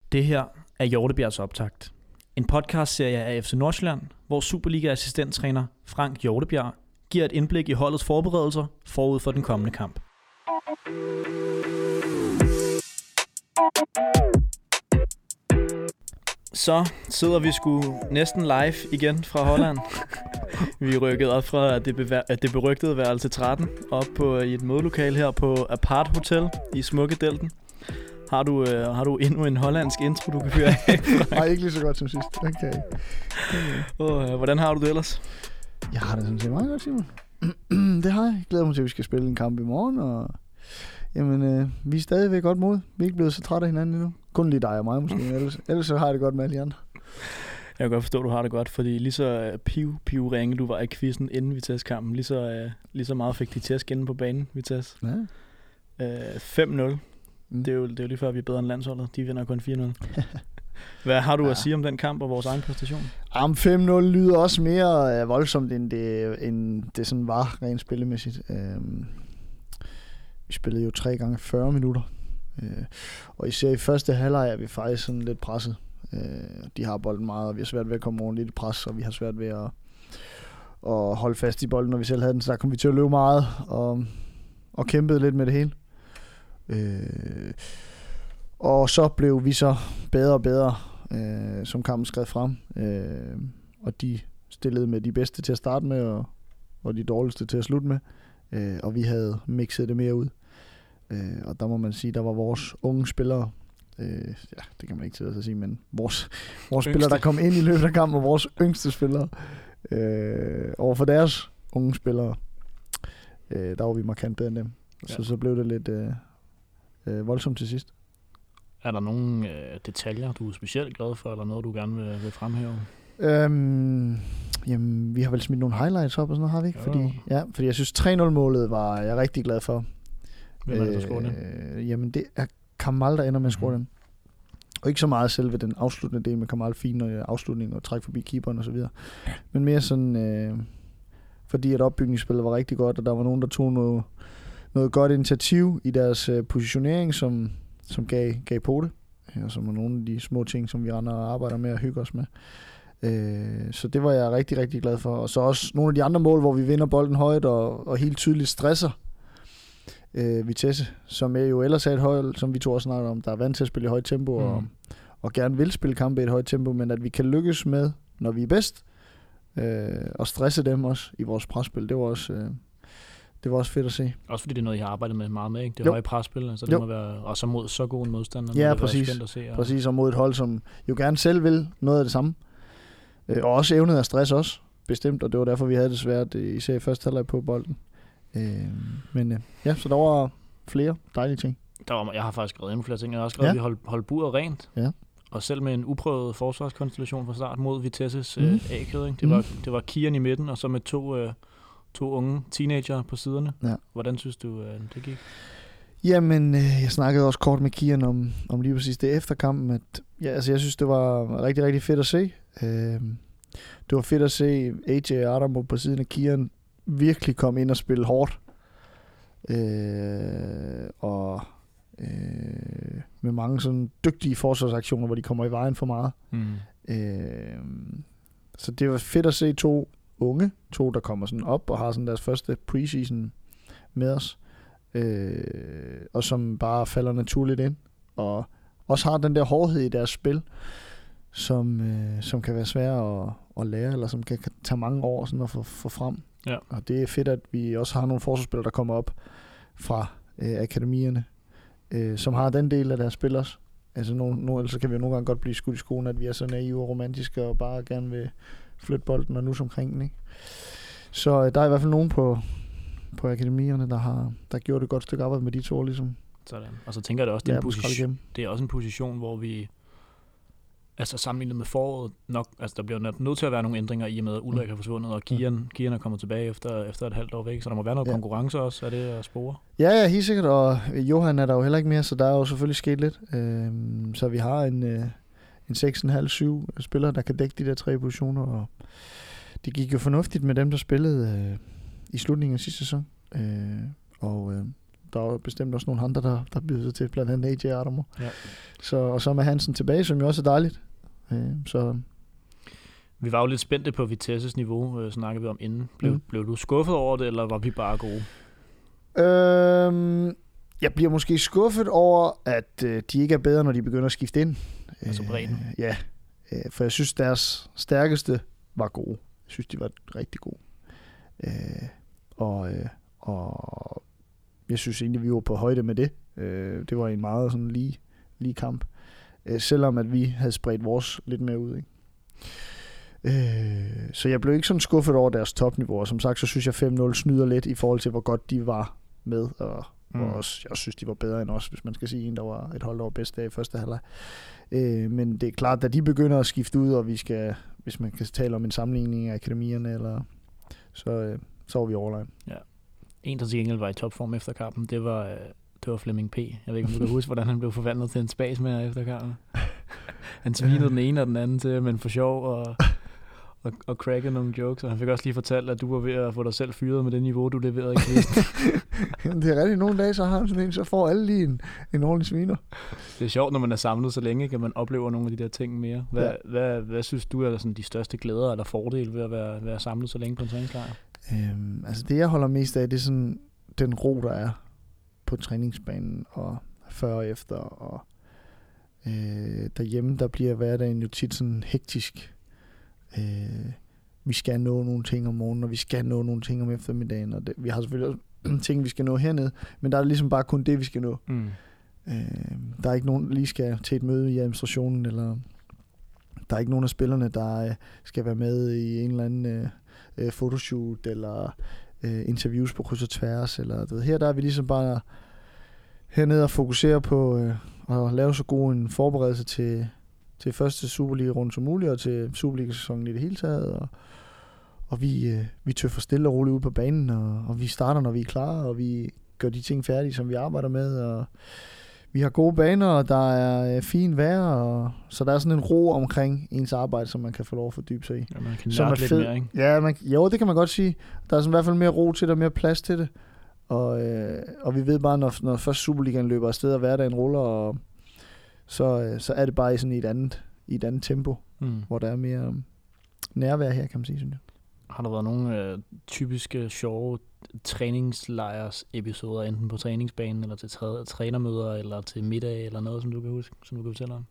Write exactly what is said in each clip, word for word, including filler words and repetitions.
Det her er Hjortebjergs optakt. En podcastserie af F C Nordsjælland, hvor Superliga-assistenttræner Frank Hjortebjerg giver et indblik i holdets forberedelser forud for den kommende kamp. Så sidder vi sgu næsten live igen fra Holland. Vi er rykket op fra det, bever- det berygtede værelse tretten op på, i et mødelokale her på Apart Hotel i smukke Delten. Har du, øh, har du endnu en hollandsk intro, du kan fyre af? Nej, ikke lige så godt som sidst. Okay. Oh, hvordan har du det ellers? Jeg har det sådan set meget godt, Simon. Det har jeg. Jeg glæder mig til, at vi skal spille en kamp i morgen. Og jamen, øh, vi er stadigvæk godt mod. Vi er ikke blevet så trætte af hinanden endnu. Kun lige dig og mig måske. ellers, ellers så har jeg det godt med alle de andre. Jeg kan godt forstå, at du har det godt, fordi lige så piv, piv ringe du var i quizzen inden Vitesse-kampen, lige så, uh, lige så meget fik de til at skinne på banen, Vitesse. Ja. Uh, fem nul. Mm. Det, er jo, det er jo lige før, vi er bedre end landsholdet. De vinder kun fire nul. Hvad har du ja. at sige om den kamp og vores egen præstation? Am fem nul lyder også mere uh, voldsomt, end det, end det sådan var rent spillemæssigt. Uh, vi spillede jo tre gange fyrre minutter. Uh, og især i første halvleg er vi faktisk sådan lidt presset. Uh, de har bolden meget, og vi har svært ved at komme ordentligt i pres, og vi har svært ved at, at holde fast i bolden, når vi selv havde den. Så der kom vi til at løbe meget og, og kæmpede lidt med det hele. Uh, og så blev vi så bedre og bedre, uh, som kampen skred frem. Uh, og de stillede med de bedste til at starte med, og, og de dårligste til at slutte med. Uh, og vi havde mixet det mere ud. Uh, og der må man sige, der var vores unge spillere, uh, ja, det kan man ikke sidde og sige, men vores, vores spillere, der kom ind i løbet af kampen, og vores yngste spillere, uh, overfor deres unge spillere, uh, der var vi markant bedre end dem. Ja. Så så blev det lidt uh, uh, voldsomt til sidst. Er der nogle øh, detaljer, du er specielt glad for, eller noget, du gerne vil, vil fremhæve? Øhm, jamen, vi har vel smidt nogle highlights op og sådan noget, har vi ikke? Ja. Fordi, ja, fordi jeg synes, tre nul-målet var jeg rigtig glad for. Hvem er det, der scorer den? Øh, jamen, det er Kamal, der ender med at score mm. den. Og ikke så meget selve den afsluttende del med Kamal, fin og afslutning og træk forbi keeperen og så videre. Men mere sådan, øh, fordi at opbygningsspillet var rigtig godt, og der var nogen, der tog noget, noget godt initiativ i deres øh, positionering, som... som gav, gav på det, og som er nogle af de små ting, som vi render og arbejder med og hygger os med. Øh, så det var jeg rigtig, rigtig glad for. Og så også nogle af de andre mål, hvor vi vinder bolden højt og, og helt tydeligt stresser øh, Vitesse, som er jo ellers er et hold, som vi to også snakker om, der er vant til at spille i højt tempo, mm. og, og gerne vil spille kampe i et højt tempo, men at vi kan lykkes med, når vi er bedst, øh, og stresse dem også i vores presspil. Det var også... Øh, Det var også fedt at se. Også fordi det er noget, I har arbejdet med meget med, ikke? Det er høje presspil, så det jo. må være også mod så gode en modstander. Ja, præcis. At se, og... præcis, og mod et hold, som jo gerne selv vil noget af det samme. Øh, og også evnede at stress også, bestemt, og det var derfor, vi havde det svært, især i første halvleg på bolden. Øh, men øh, ja, så der var flere dejlige ting. Der var, jeg har faktisk skrevet endnu flere ting. Jeg har også skrevet, ja. at vi holdt, holdt buret rent. Ja. Og selv med en uprøvet forsvarskonstellation fra start mod Vitesses mm. øh, A-kæde. Det, mm. var, det var Kian i midten, og så med to... Øh, To unge teenager på siderne. Ja. Hvordan synes du, det gik? Jamen, jeg snakkede også kort med Kian om, om lige præcis det efter kampen. At, ja, altså, jeg synes, det var rigtig, rigtig fedt at se. Øh, det var fedt at se A J Adamo på siden af Kian virkelig komme ind og spille hårdt. Øh, og øh, med mange sådan dygtige forsvarsaktioner, hvor de kommer i vejen for meget. Mm. Øh, så det var fedt at se to unge, to der kommer sådan op og har sådan deres første preseason med os, øh, og som bare falder naturligt ind, og også har den der hårdhed i deres spil, som, øh, som kan være svær at, at lære, eller som kan, kan tage mange år sådan at få, få frem. Ja. Og det er fedt, at vi også har nogle forsvarsspillere, der kommer op fra øh, akademierne, øh, som har den del af deres spil også. Altså, no, no, ellers kan vi jo nogle gange godt blive skudt i skoen, at vi er så naive og romantiske, og bare gerne vil flytte bolden og nus omkring den, ikke? Så øh, der er i hvert fald nogen på, på akademierne, der har der gjort et godt stykke arbejde med de to, ligesom. Sådan. Og så tænker jeg det også, det er, en position, det er også en position, hvor vi, altså sammenlignet med foråret, nok, altså der bliver nødt til at være nogle ændringer i og med, at Ulrik mm. har forsvundet, og Kian, mm. Kian er kommet tilbage efter, efter et halvt år væk, så der må være noget ja. konkurrence også, er det at spore? Ja, ja, helt sikkert, og Johan er der jo heller ikke mere, så der er jo selvfølgelig sket lidt. Øhm, så vi har en... Øh, en seks komma fem til syv spillere, der kan dække de der tre positioner, og det gik jo fornuftigt med dem, der spillede øh, i slutningen af sidste sæson. Øh, og øh, der er bestemt også nogle andre, der, der byder sig til, blandt andet A J Adamo. Ja. Så, og så med Hansen tilbage, som jo også er dejligt. Øh, så... Vi var jo lidt spændte på Vitesses niveau, øh, snakkede vi om inden. Blev, mm. blev du skuffet over det, eller var vi bare gode? Øhm, jeg bliver måske skuffet over, at øh, de ikke er bedre, når de begynder at skifte ind. Altså bredden? Øh, ja, øh, for jeg synes, deres stærkeste var gode. Jeg synes, de var rigtig gode. Øh, og, øh, og jeg synes egentlig, vi var på højde med det. Øh, det var en meget sådan lige, lige kamp. Øh, selvom at vi havde spredt vores lidt mere ud, ikke? Øh, så jeg blev ikke sådan skuffet over deres topniveau, og som sagt, så synes jeg fem nul snyder lidt i forhold til, hvor godt de var med, og, mm. og også, jeg synes, de var bedre end os, hvis man skal sige en, der var et hold, der var bedst der i første halvleg. Øh, men det er klart, da de begynder at skifte ud, og vi skal, hvis man kan tale om en sammenligning af akademierne, eller, så, øh, så var vi overlegen. Ja. En, der til gengæld var i topform efter kampen, det var, det var Flemming P. Jeg ved ikke, om du kan huske, hvordan han blev forvandlet til en spasmager efter kampen. Han svinede den ene og den anden til, men for sjov, og og, og crackede nogle jokes, og han fik også lige fortalt, at du var ved at få dig selv fyret med det niveau, du leverede i kvisten. Det er rigtigt. Nogle dage, så har han sådan en, så får alle lige en, en ordentlig sviner. Det er sjovt, når man er samlet så længe, kan man opleve nogle af de der ting mere. Hvad, ja. hvad, hvad, hvad synes du er sådan de største glæder eller fordele ved at være, være samlet så længe på en træningslejr? Øhm, altså det, jeg holder mest af, det er sådan den ro, der er på træningsbanen, og før og efter, og øh, derhjemme, der bliver hverdagen jo tit sådan hektisk. Øh, vi skal nå nogle ting om morgenen, og vi skal nå nogle ting om eftermiddagen, og det, vi har selvfølgelig også ting, vi skal nå hernede, men der er ligesom bare kun det, vi skal nå. Mm. Øh, der er ikke nogen, der lige skal til et møde i administrationen, eller der er ikke nogen af spillerne, der øh, skal være med i en eller anden øh, fotoshoot, eller øh, interviews på kryds og tværs, eller du ved, her der er vi ligesom bare hernede og fokusere på øh, at lave så god en forberedelse til til første Superliga-runde som muligt, og til Superliga-sæsonen i det hele taget, og, og vi, øh, vi tøffer stille og roligt ud på banen, og, og vi starter, når vi er klar, og vi gør de ting færdige, som vi arbejder med, og vi har gode baner, og der er øh, fin vejr, og så der er sådan en ro omkring ens arbejde, som man kan få lov at fordybe sig i. Ja, man kan nørde lidt mere, ikke? Ja, man, jo, det kan man godt sige. Der er sådan i hvert fald mere ro til det, og mere plads til det, og, øh, og vi ved bare, når, når først Superligaen løber afsted, og hverdagen ruller, og Så, så er det bare i sådan et andet, i et andet tempo, mm. hvor der er mere um, nærvær her, kan man sige, synes jeg. Har der været nogle øh, typiske sjove træningslejrs episoder, enten på træningsbanen, eller til træ- trænermøder, eller til middag, eller noget, som du kan huske, som du kan fortælle om?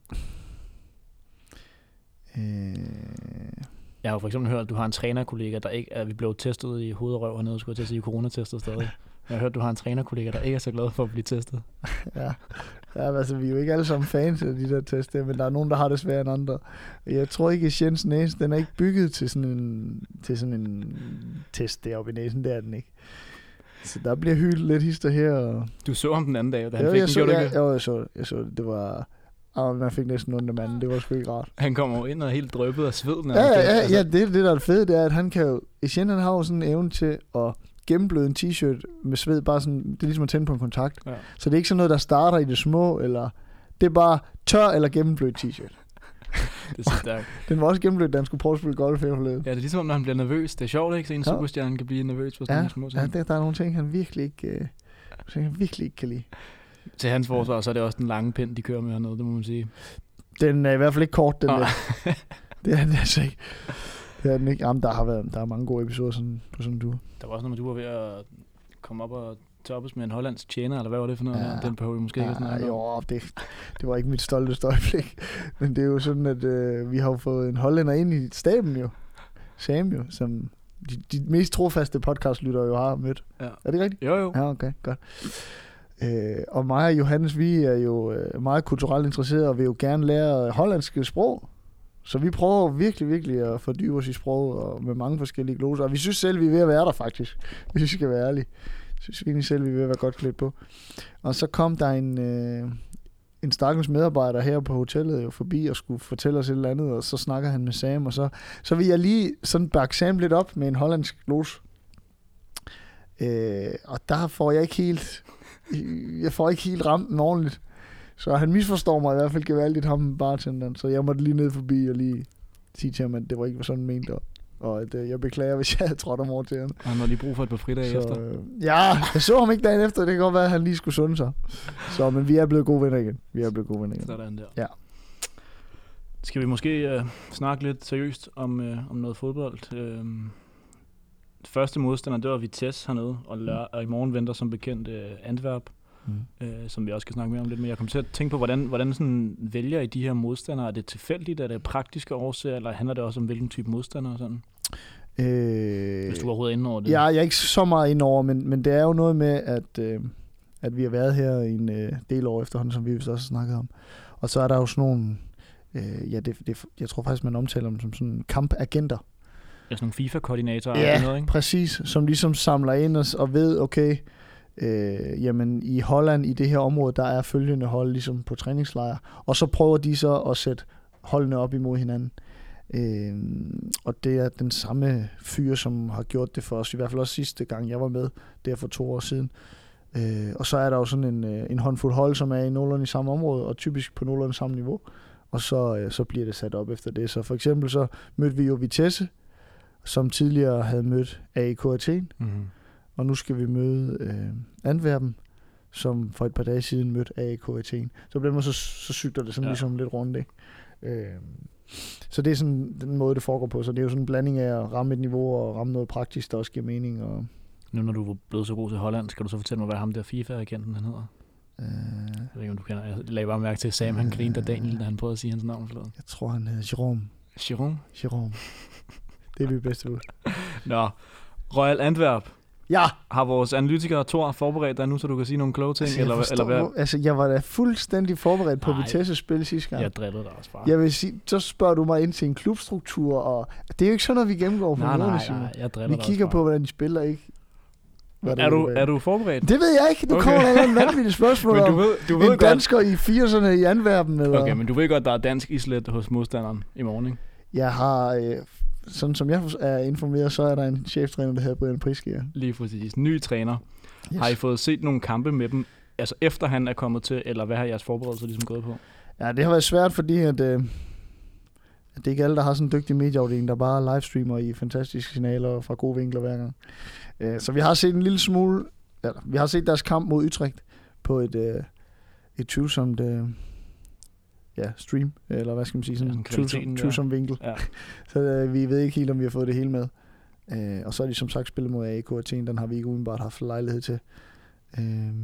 Øh... Jeg har jo for eksempel hørt, at du har en trænerkollega, der ikke er, vi blev testet i hoved og røv hernede, skulle jeg til at sige, coronatestet stadig. Jeg har hørt, at du har en trænerkollega, der ikke er så glad for at blive testet. Ja. Ja, altså, vi er jo ikke alle sammen fans af de der test, men der er nogen, der har det sværere end andre. Jeg tror ikke, at Jens næse, den er ikke bygget til sådan en, til sådan en test deroppe i næsen, det er den ikke. Så der bliver hyldet lidt hister her. Og... Du så ham den anden dag, da han jo, fik jeg den, så, gjorde jeg, det ikke? Jo, jeg så, jeg så det var... Ah, man fik næsten ondt af manden, det var sgu ikke rart. Han kommer ind og er helt drøbet af sved. Ja, ja, ja, ja, det, det der er fedt, det er, at han kan jo... Etienne, han har jo sådan en evne til at gennembløde en t-shirt med sved, bare sådan, det er ligesom at tænde på en kontakt. Ja. Så det er ikke sådan noget, der starter i det små, eller det er bare tør eller gennemblødt t-shirt. Det er så stærkt. Den var også gennemblødt, da han skulle prøve at spille golf her forleden. Ja, det er ligesom, når han bliver nervøs. Det er sjovt, ikke? Så en ja. superstjerne kan blive nervøs for sådan ja. nogle små ting. Ja, der, der er nogle ting, han virkelig ikke, øh, han virkelig ikke kan lide. Til hans forsvar, så er det også den lange pind, de kører med hernede, det må man sige. Den er i hvert fald ikke kort, den oh. der. Det er den altså ikke. Det er den ikke. Jamen, der har været, der er mange gode episoder sådan, på sådan en tur. Der var også noget, du var ved at komme op og toppes med en hollandsk tjener, eller hvad var det for noget? Ja. Den behøver vi måske ikke at snakke om. Jo, det, det var ikke mit stolteste øjeblik. Men det er jo sådan, at øh, vi har fået en hollænder ind i staben jo. Sam jo, som de, de mest trofaste podcastlyttere jo har mødt. Ja. Er det rigtigt? Jo, jo. Ja, okay, godt. Øh, og mig og Johannes, vi er jo øh, meget kulturelt interesserede, og vil jo gerne lære hollandske sprog. Så vi prøver virkelig, virkelig at fordybe os i sproget, og med mange forskellige gloser. Og vi synes selv, vi er ved at være der faktisk, hvis vi skal være ærlige. Jeg synes egentlig selv, vi er ved at være godt klædt på. Og så kom der en, øh, en stakkels medarbejder her på hotellet jo forbi og skulle fortælle os et eller andet, og så snakker han med Sam, og så, så vil jeg lige sådan bakke Sam lidt op med en hollandsk glose. Øh, og der får jeg ikke helt, jeg får ikke helt ramt den ordentligt. Så han misforstår mig i hvert fald gevaldigt, ham bartenderen, så jeg måtte lige ned forbi og lige sige til ham, at det var ikke sådan ment. og at, øh, jeg beklager, hvis jeg havde trådt om over til ham. Han har lige brug for et par fridage efter. Øh, ja, jeg så ham ikke dagen efter, det kan godt være, at han lige skulle sunde sig. Så, men vi er blevet gode venner igen. Vi er blevet gode venner igen. Sådan der. Ja. Skal vi måske øh, snakke lidt seriøst om, øh, om noget fodbold? Øh, første modstander, det var Vitesse hernede, og, lør- og i morgen venter som bekendt øh, Antwerp, mm. øh, som vi også skal snakke mere om lidt. Men jeg kommer til at tænke på, hvordan, hvordan sådan vælger I de her modstandere? Er det tilfældigt? Er det praktiske årsager, eller handler det også om, hvilken type modstander? Sådan? Øh, Hvis du er overhovedet inde over det. Ja, jeg er ikke så meget inde over, men, men det er jo noget med, at, øh, at vi har været her i en øh, del år efterhånden, som vi også har snakket om. Og så er der jo sådan nogle, øh, ja, det, det, jeg tror faktisk, man omtaler dem som sådan kampagenter. Ja, sådan nogle FIFA-koordinatorer. Ja, noget, ikke? præcis. Som ligesom samler ind og, og ved, okay, øh, jamen i Holland, i det her område, der er følgende hold ligesom på træningslejr. Og så prøver de så at sætte holdene op imod hinanden. Øh, og det er den samme fyr, som har gjort det for os, i hvert fald også sidste gang, jeg var med, der for to år siden. Øh, og så er der jo sådan en, en håndfuld hold, som er i nogenlunde i samme område, og typisk på nogenlunde samme niveau. Og så, øh, så bliver det sat op efter det. Så for eksempel så mødte vi jo Vitesse, som tidligere havde mødt A E K Athen, mm-hmm. og nu skal vi møde øh, Antwerpen, som for et par dage siden mødte A E K Athen. Så bliver man så, så cykler det sådan ja. ligesom lidt rundt, ikke? Øh, så det er sådan den måde, det foregår på. Så det er jo sådan en blanding af at ramme et niveau og ramme noget praktisk, der også giver mening. Og nu når du er blevet så god til Holland, skal du så fortælle mig, hvad ham der FIFA-agenten han hedder? Øh, jeg ved ikke, om du kender. Jeg lagde bare mærke til, at Sam, han grinede af Daniel, da han prøvede at sige hans navn forleden. Jeg tror, han hedder Jerome. Jerome? Jerome. Det er vi bedste ud. Nå, Royal Antwerp. Ja. Har vores analytikere Thor forberedt dig nu, så du kan sige nogle kloge ting? Altså, eller, forstår, eller hvad? Altså, jeg var da fuldstændig forberedt på Vitesse spil sidste gang. Jeg drillede dig også bare. Jeg vil sige, så spørger du mig ind til en klubstruktur, og det er jo ikke sådan noget, vi gennemgår for nej, noget. Nej, nej, jeg driller Vi kigger på, hvordan de spiller, ikke? Er du, er du forberedt? Det ved jeg ikke. Du okay. kommer der en vanvittig spørgsmål men du ved, du ved en godt... dansker i firserne i Antwerpen. Eller? Okay, men du ved godt, der er dansk islet hos modstanderen i morgen, ikke? Jeg har... Øh, sådan som jeg er informeret, så er der en cheftræner, der hedder Brian Priske. Lige præcis. Ny træner. Yes. Har I fået set nogle kampe med dem, altså efter han er kommet til, eller hvad har jeres forberedelser ligesom gået på? Ja, det har været svært, fordi at, øh, at det er ikke alle, der har sådan en dygtig medieafdeling, der bare livestreamer i fantastiske signaler fra gode vinkler hver gang. Øh, så vi har set en lille smule, ja, vi har set deres kamp mod Utrecht på et, øh, et tvivlsomt øh, ja, stream, eller hvad skal man sige, sådan en tvivlsom, tvivlsom vinkel. Ja. Så øh, vi ved ikke helt, om vi har fået det hele med. Øh, og så er de som sagt spillet mod A E K Athen, den har vi ikke umiddelbart haft lejlighed til. Øh,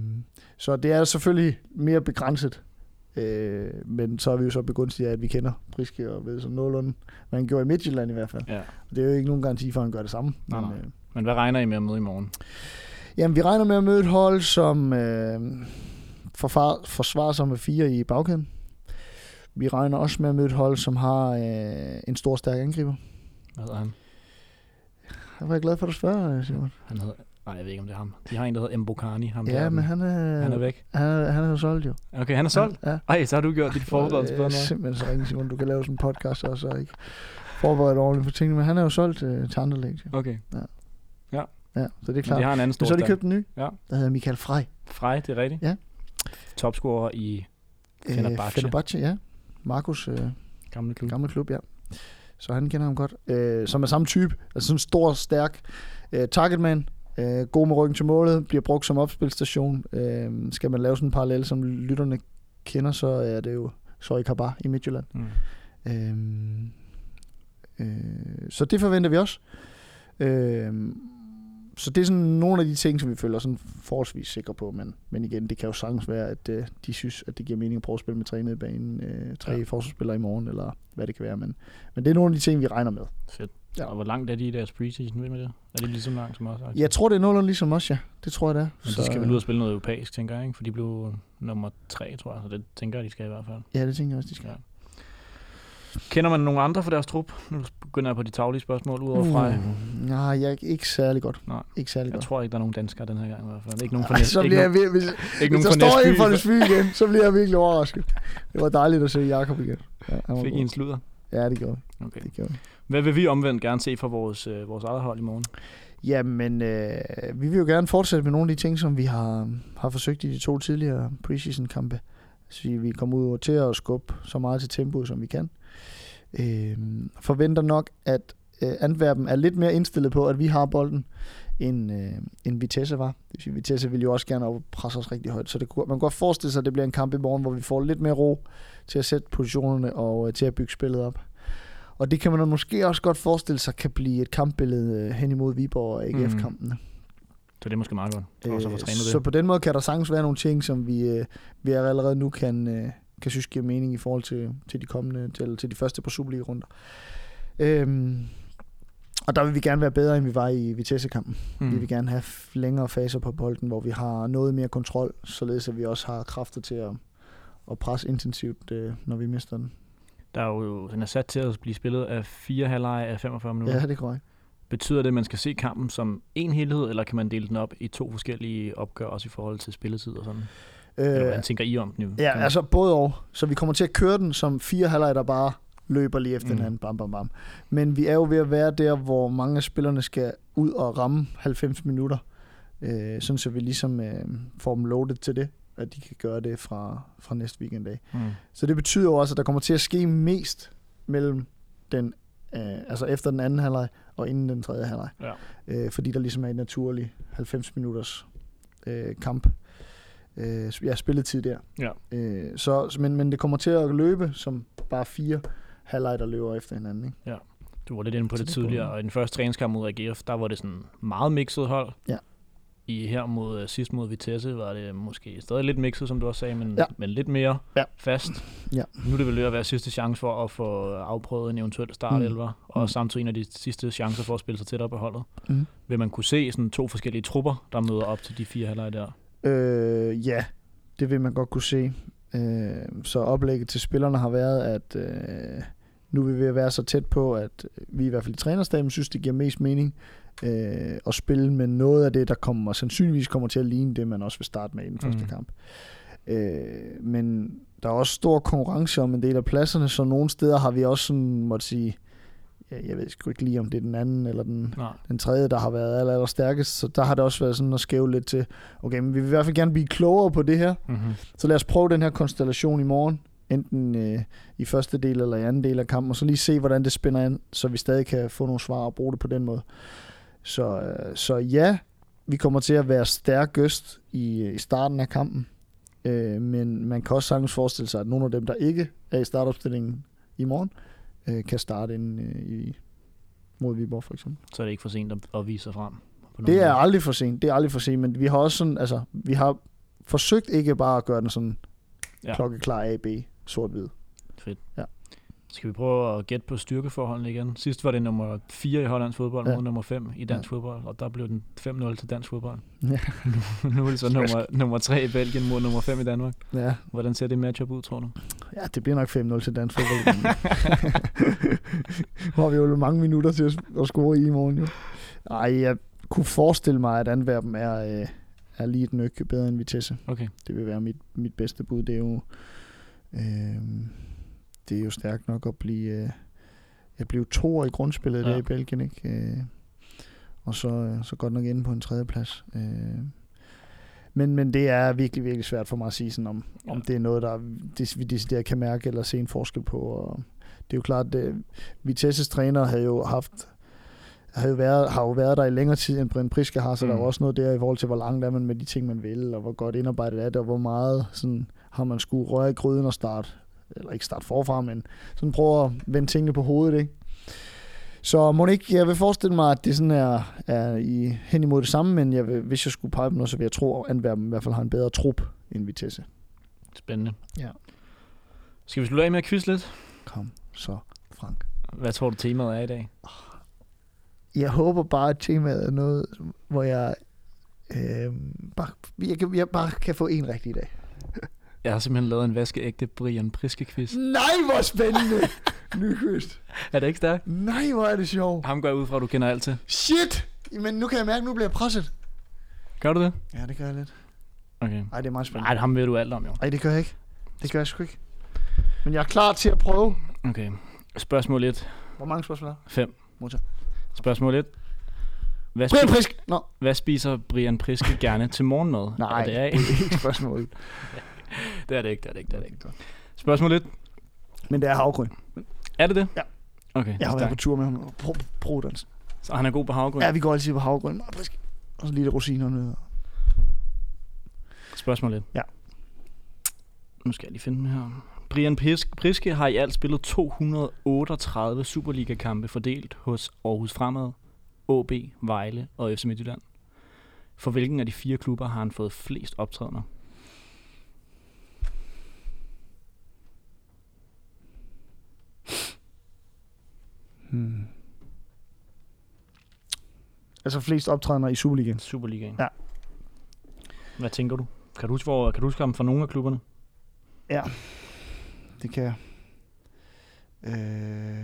så det er selvfølgelig mere begrænset, øh, men så er vi jo så begunstiget af, at vi kender Priske og ved sådan nogenlunde, hvad han gjorde i Midtjylland i hvert fald. Ja. Og det er jo ikke nogen garanti for, at han gør det samme. Nej, men, nej. Øh, men hvad regner I med at møde i morgen? Jamen, vi regner med at møde et hold, som øh, forfar, forsvarer sig med fire i bagkæden. Vi regner også med at møde et hold, som har øh, en stor, stærk angriber. Hvad hedder han? Jeg var glad for, at du spørger, Simon. Han hedder... Nej, jeg ved ikke, om det er ham. De har en, der hedder Mbokani. Ham ja, der, men han er... Han er væk. Han er, han er jo solgt, jo. Okay, han er solgt? Ja. Ej, så har du gjort dit forberedelse på noget. Simpelthen så ringe, Simon. Du kan lave sådan en podcast og så ikke forberede ordentligt for tingene. Men han er jo solgt øh, til andre læg. Okay. Ja. Ja. Ja, så det er klart. Men de har en anden stor. Men så har de købt en ny, ja. Der hedder Michael Frey. Frey, det er rigtigt? Ja. Topscorer i Fenerbahce. Øh, Fenerbahce, ja. Markus øh, gamle klub. Gamle klub, ja. Så han kender ham godt. Øh, som er samme type. Altså sådan en stor, stærk øh, targetman. Øh, god med ryggen til målet. Bliver brugt som opspilstation. Øh, skal man lave sådan en parallel, som lytterne kender, så er det jo Soy Kaba i Midtjylland. Mm. Øh, øh, så det forventer vi også. Øh, så det er sådan nogle af de ting, som vi føler sådan forholdsvis sikre på, men, men igen, det kan jo sagtens være, at uh, de synes, at det giver mening at prøve at spille med tre nede i banen, uh, tre ja. forsvarsspillere i morgen, eller hvad det kan være, men, men det er nogle af de ting, vi regner med. Fedt. Ja. Og hvor langt er de i deres preseason, ved med det? Er det ligesom langt som os? Altså? Jeg tror, det er nogenlunde ligesom os, ja. Det tror jeg, det er. Men så, de skal vel ud og spille noget europæisk, tænker jeg, ikke? For de blev nummer tre, tror jeg, så det tænker jeg, de skal i hvert fald. Ja, det tænker jeg også, de skal. Ja. Kender man nogle andre for deres trup? Nu begynder jeg på de taglige spørgsmål, udover Frey. Uh, nej, jeg er ikke særlig godt. Nej. Ikke særlig jeg godt. tror ikke, der er nogen danskere den her gang i hvert fald. Ikke nogen for Ej, så bliver jeg ved, hvis, ikke hvis der står en for Næsby igen, så bliver jeg virkelig overrasket. Det var dejligt at se Jakob igen. Ja, fik I en sludder? Ja, det gjorde vi. Okay. Det gjorde vi. Hvad vil vi omvendt gerne se fra vores, øh, vores eget hold i morgen? Jamen, øh, vi vil jo gerne fortsætte med nogle af de ting, som vi har, har forsøgt i de to tidligere preseason-kampe. Så vi kommer ud til at skubbe så meget til tempoet, som vi kan. Øh, forventer nok, at øh, Antwerpen er lidt mere indstillet på, at vi har bolden, end, øh, end Vitesse var. Det vil sige, Vitesse vil jo også gerne presse os rigtig højt, så det kunne, man kan godt forestille sig, at det bliver en kamp i morgen, hvor vi får lidt mere ro til at sætte positionerne og øh, til at bygge spillet op. Og det kan man måske også godt forestille sig, kan blive et kampbillede øh, hen imod Viborg og A G F-kampene. Mm. Så det er måske meget godt. Øh, så, det. så på den måde kan der sagtens være nogle ting, som vi, øh, vi allerede nu kan, øh, kan synes giver mening i forhold til, til de kommende, til, til de første på Superliga-runder. Øhm, og der vil vi gerne være bedre, end vi var i Vitesse-kampen. Mm. Vi vil gerne have længere faser på bolden, hvor vi har noget mere kontrol, således at vi også har kræfter til at, at presse intensivt, øh, når vi mister den. Der er jo, den er sat til at blive spillet af fire halvleje af femogfyrre minutter. Ja, det er korrekt. Betyder det, at man skal se kampen som en helhed, eller kan man dele den op i to forskellige opgør, også i forhold til spilletid og sådan? Øh, eller hvordan tænker I om den? Ja, altså både og. Så vi kommer til at køre den som fire halvleje, der bare løber lige efter mm. hinanden. Bam, bam, bam. Men vi er jo ved at være der, hvor mange af spillerne skal ud og ramme halvfems minutter. Øh, sådan så vi ligesom øh, får dem loaded til det, at de kan gøre det fra, fra næste weekend af. Mm. Så det betyder jo også, at der kommer til at ske mest mellem den, øh, altså efter den anden halvleg og inden den tredje halvleg. Ja. Øh, fordi der ligesom er en naturlig halvfems minutters øh, kamp. Øh, ja, spilletid der. Ja. Øh, så, men, men det kommer til at løbe som bare fire halvleg, der løber efter hinanden. Ikke? Ja. Du var lidt inde på det, det tidligere, og i den første træningskamp mod A G F, der var det sådan meget mixet hold. Ja. I her mod uh, sidst mod Vitesse var det måske stadig lidt mixet, som du også sagde, men, ja. men lidt mere ja. fast. Ja. Nu er det vel ved at være sidste chance for at få afprøvet en eventuel startelver, mm. og mm. samtidig en af de sidste chancer for at spille sig tæt op af holdet. Mm. Vil man kunne se sådan to forskellige trupper, der møder op til de fire halvleje der? Øh, ja, det vil man godt kunne se. Øh, så oplægget til spillerne har været, at øh, nu vil vi være så tæt på, at vi i hvert fald i trænerstaben synes, det giver mest mening øh, at spille med noget af det, der kommer sandsynligvis kommer til at ligne det, man også vil starte med i den første mm. kamp. Øh, men der er også stor konkurrence om en del af pladserne, så nogle steder har vi også sådan, måtte sige, ja, jeg ved sgu ikke lige, om det er den anden eller den, den tredje, der har været aller, aller stærkest, så der har det også været sådan at skæve lidt til, okay, men vi vil i hvert fald gerne blive klogere på det her, mm-hmm. så lad os prøve den her konstellation i morgen, enten øh, i første del eller i anden del af kampen, og så lige se, hvordan det spænder ind, så vi stadig kan få nogle svar og bruge det på den måde. Så, øh, så ja, vi kommer til at være stærkest i, i starten af kampen, øh, men man kan også sagtens forestille sig, at nogle af dem, der ikke er i startopstillingen i morgen, øh, kan starte ind øh, i, mod Viborg for eksempel. Så er det ikke for sent at, at vise sig frem? Det er aldrig for sent, det er aldrig for sent, men vi har også sådan, altså, vi har forsøgt ikke bare at gøre den sådan ja. klokkeklar A, B, sort-hvid. Fedt. Ja. Skal vi prøve at gætte på styrkeforholdene igen? Sidst var det nummer fire i hollandsk fodbold ja. mod nummer fem i dansk ja. fodbold, og der blev den fem nul til dansk fodbold. Ja. nu, nu er det så nummer, nummer tre i Belgien mod nummer fem i Danmark. Ja. Hvordan ser det matchup ud, tror du? Ja, det bliver nok fem nul til dansk fodbold. Hvor har vi jo mange minutter til at score i i morgen. Jo. Ej, jeg kunne forestille mig, at Antwerpen er, øh, er lige et nøk bedre end Vitesse. Okay. Det vil være mit, mit bedste bud. Det er jo... Øh, det er jo stærkt nok at blive øh, jeg blev toer i grundspillet ja. der i Belgien, ikke? Øh, og så, så godt nok inde på en tredje plads. Øh, men, men det er virkelig, virkelig svært for mig at sige, sådan, om, ja. om det er noget, der det, vi decideret kan mærke eller se en forskel på. Og det er jo klart, at Vitesses træner havde jo haft har jo været, har jo været der i længere tid, end Brian Priske har, så mm. der er også noget der i forhold til, hvor langt er man med de ting, man vil, og hvor godt indarbejdet er det, og hvor meget sådan, har man skulle røre i gryden og starte eller ikke starte forfra, men sådan prøve at vende tingene på hovedet, ikke? Så må ikke, jeg vil forestille mig, at det sådan er, er i, hen imod det samme, men jeg vil, hvis jeg skulle pege på noget, så vil jeg tro, at Antwerpen i hvert fald har en bedre trup end Vitesse. Spændende. Ja. Skal vi slutte af med at quizze lidt? Kom så, Frank. Hvad tror du temaet er i dag? Jeg håber bare, at temaet er noget, hvor jeg, øh, bare, jeg, kan, jeg bare kan få en rigtig i dag. Jeg har simpelthen lavet en vaskeægte Brian Priske-quiz. Nej, hvor spændende! Nykyst. Er det ikke stærkt? Nej, hvor er det sjovt. Ham går jeg ud fra, du kender alt til. Shit! Men nu kan jeg mærke, at nu bliver jeg presset. Gør du det? Ja, det gør jeg lidt. Okay. Ej, det er meget spændende. Nej, ham ved du alt om, jo. Ej, det gør jeg ikke. Det gør jeg sgu ikke. Men jeg er klar til at prøve. Okay. Spørgsmål et. Hvor mange spørgsmål er? Fem. Motor. Spørgsmål et. Hvad Brian Priske! No. Hvad spiser Brian Priske gerne til morgenmad? Nej, det er ikke spørgsmål. Det er det ikke, det er det ikke, det er det ikke. Spørgsmål et. Men det er havgryn. Er det det? Ja. Okay, jeg har været på tur med ham. Pro, pro dans. Så han er god på havgrøn? Ja, vi går altid på havgrøn. Og så lige lidt rosiner ned. Spørgsmål lidt. Ja. Nu skal jeg lige finde den her. Brian Priske har i alt spillet to hundrede otteogtredive Superliga-kampe fordelt hos Aarhus Fremad, A B, Vejle og F C Midtjylland. For hvilken af de fire klubber har han fået flest optrædener? Hmm. Altså flest optrædener i Superligaen? Superligaen. Ja. Hvad tænker du? Kan du huske, hvor, kan du huske ham fra nogle af klubberne? Ja, det kan jeg. Øh...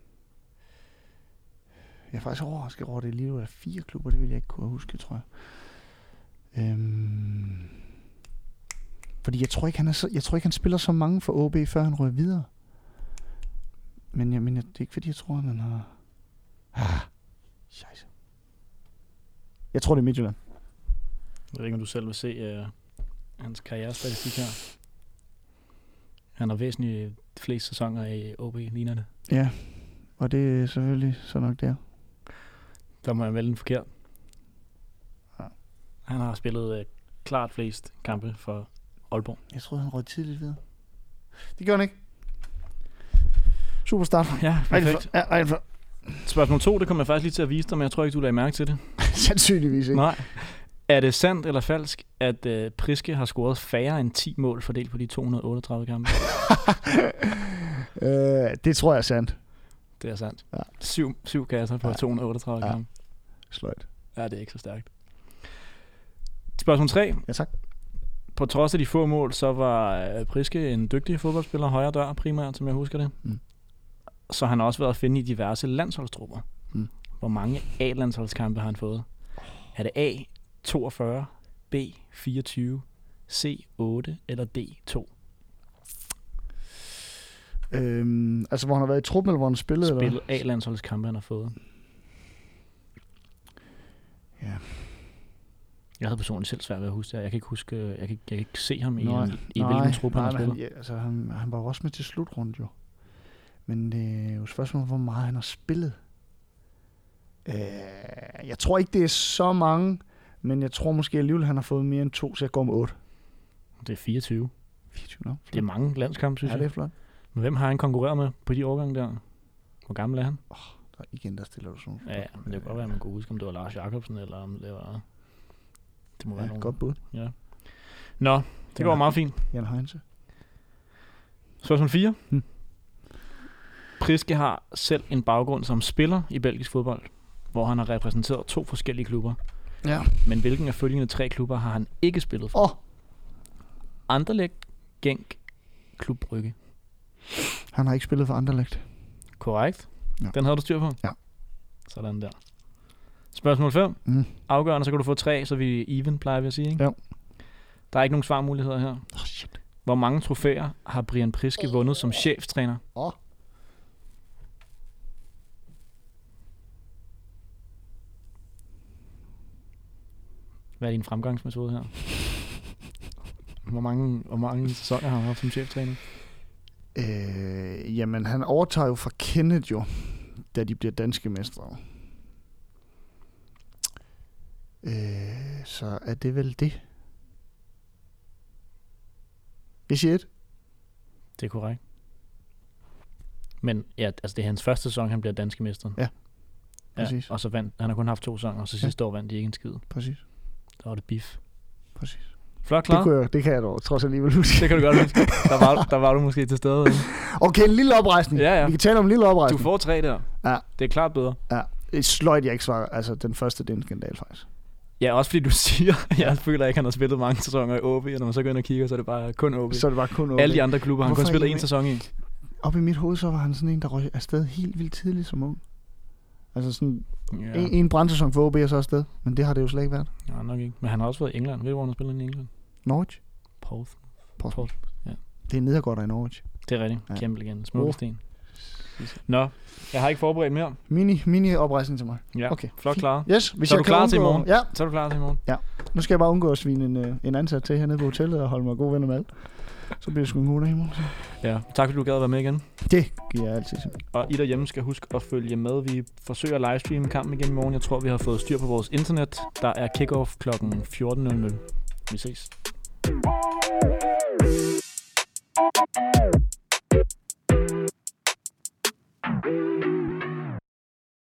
Jeg er faktisk overrasket over, at det lige var fire klubber. Det ville jeg ikke kunne huske, tror jeg. Øhm... Fordi jeg tror ikke, han er så, jeg tror ikke, han spiller så mange for A B, før han rører videre. Men jeg, men jeg, det er ikke fordi, jeg tror, han har... Ah, scheisse. Jeg tror, det er Midtjylland. Jeg ved ikke, om du selv vil se uh, hans karrierestatistik her. Han har væsentligt flest sæsoner i A B, ligner det. Ja, og det er selvfølgelig så nok der. Der må jeg vælge den forkert. Ja. Han har spillet uh, klart flest kampe for Aalborg. Jeg troede, han røg tidligt videre. Det gjorde han ikke. Super start. Ja, perfekt. Ja, ej, for. Spørgsmål to, det kommer jeg faktisk lige til at vise dig, men jeg tror ikke, du lagde mærke til det. Sandsynligvis ikke. Nej. Er det sandt eller falsk, at uh, Priske har scoret færre end ti mål fordelt på de to hundrede otteogtredive kampe? øh, det tror jeg er sandt. Det er sandt. Ja. Syv, syv kasser på ja. to hundrede otteogtredive ja. kampe. Sløjt. Ja, det er ikke så stærkt. Spørgsmål tre. Ja, tak. På trods af de få mål, så var uh, Priske en dygtig fodboldspiller, højre dør primært, som jeg husker det. Mm. Så han har også været at finde i diverse landsholdstrupper. Mm. Hvor mange A-landsholdskampe har han fået? Er det A toogfyrre, B fireogtyve, C otte eller D to? Øhm, altså hvor han har været i truppen, eller hvor han spillede? Spillet A-landsholdskampe, han har fået. Ja. Jeg havde personligt selv svært ved at huske det. Jeg kan ikke huske, jeg kan, jeg kan ikke se ham i, nej, en, i nej, hvilken truppe nej, han har spillet. Han, ja, altså, han, han var også med til slutrunde jo. Men det er jo spørgsmålet, hvor meget han har spillet. Øh, jeg tror ikke, det er så mange, men jeg tror måske alligevel, han har fået mere end to, så jeg går med otte. Det er fireogtyve. fireogtyve, no, det er mange landskampe, synes ja, jeg. Ja, det er flot. Men hvem har han konkurreret med på de årgange der? Hvor gammel er han? Oh, der, igen, der stiller du sådan. Ja, men det kan godt være, at man kunne huske, om det var Lars Jacobsen, eller om det var... Det må ja, være nogen. Godt bud. Ja. Nå, det Jan går meget fint. Jan Heinze. Spørgsmål fire. Hmm. Priske har selv en baggrund som spiller i belgisk fodbold, hvor han har repræsenteret to forskellige klubber. Ja. Men hvilken af følgende tre klubber har han ikke spillet for? Åh! Oh. Anderlecht, Genk, Klub Brygge. Han har ikke spillet for Anderlecht. Korrekt. Ja. Den havde du styr på? Ja. Sådan der. Spørgsmål fem. Mm. Afgørende, så kan du få tre, så vi even, plejer vi at sige, ikke? Ja. Der er ikke nogen svarmuligheder her. Oh, shit. Hvor mange trofæer har Brian Priske vundet som cheftræner? Åh. Oh. Hvad er din fremgangsmetode her? Hvor mange, hvor mange sæsoner har han haft som cheftræner? Øh, jamen, han overtager jo fra Kenneth jo, da de bliver danske mestre. Øh, så er det vel det. Jeg siger et. Det er korrekt. Men ja, altså det er hans første sæson, han bliver danske mester. Ja, præcis. Ja, og så vandt, han har kun haft to sæsoner, og så sidste ja. år vandt de ikke en skid. Præcis. Der var det beef. Præcis. Flot, klar. Det, kunne jeg, det kan jeg dog trods alligevel huske. Det kan du godt huske. Der var, der var du måske til stede. Okay, en lille oprejsning. Ja, ja. Vi kan tale om en lille oprejsning. Du får tre der. Ja. Det er klart bedre. Ja. Et sløjt, jeg ikke svarer. Altså, den første, det er en skandal, faktisk. Ja, også fordi du siger, jeg føler ikke, han har spillet mange sæsoner i O B, og når man så går ind og kigger, så er det bare kun O B. Så er det bare kun O B. Alle de andre klubber, han kun spillet en sæson i. Op i mit hoved, så var han sådan en, der røg afsted helt vildt tidligt som ung. Altså sådan ja. en, en brandsæson for O B og så afsted. Men det har det jo slet ikke været. Ja, nok ikke. Men han har også været i England. Ved du, hvor han har spillet i England? Norwich. Portsmouth. Portsmouth. Ja. Det er nedergård der i Norwich. Det er rigtigt. Ja. Kæmpe legende. Smukke sten. Nå, jeg har ikke forberedt mere. Mini, mini oprejsning til mig. Ja, okay. Flot klaret. Yes, hvis så er jeg du klar undgå, til i morgen? Ja. Så er du klar til i morgen? Ja. Nu skal jeg bare undgå at svine en, en ansat til hernede på hotellet og holde mig gode venner med alt. Så bliver det sgu en god dag i morgen. Så. Ja, tak fordi du gad at være med igen. Det giver jeg altid til. Og I derhjemme skal huske at følge med. Vi forsøger at livestreame kampen igen i morgen. Jeg tror, vi har fået styr på vores internet. Der er kickoff klokken fjorten nul nul. Vi ses.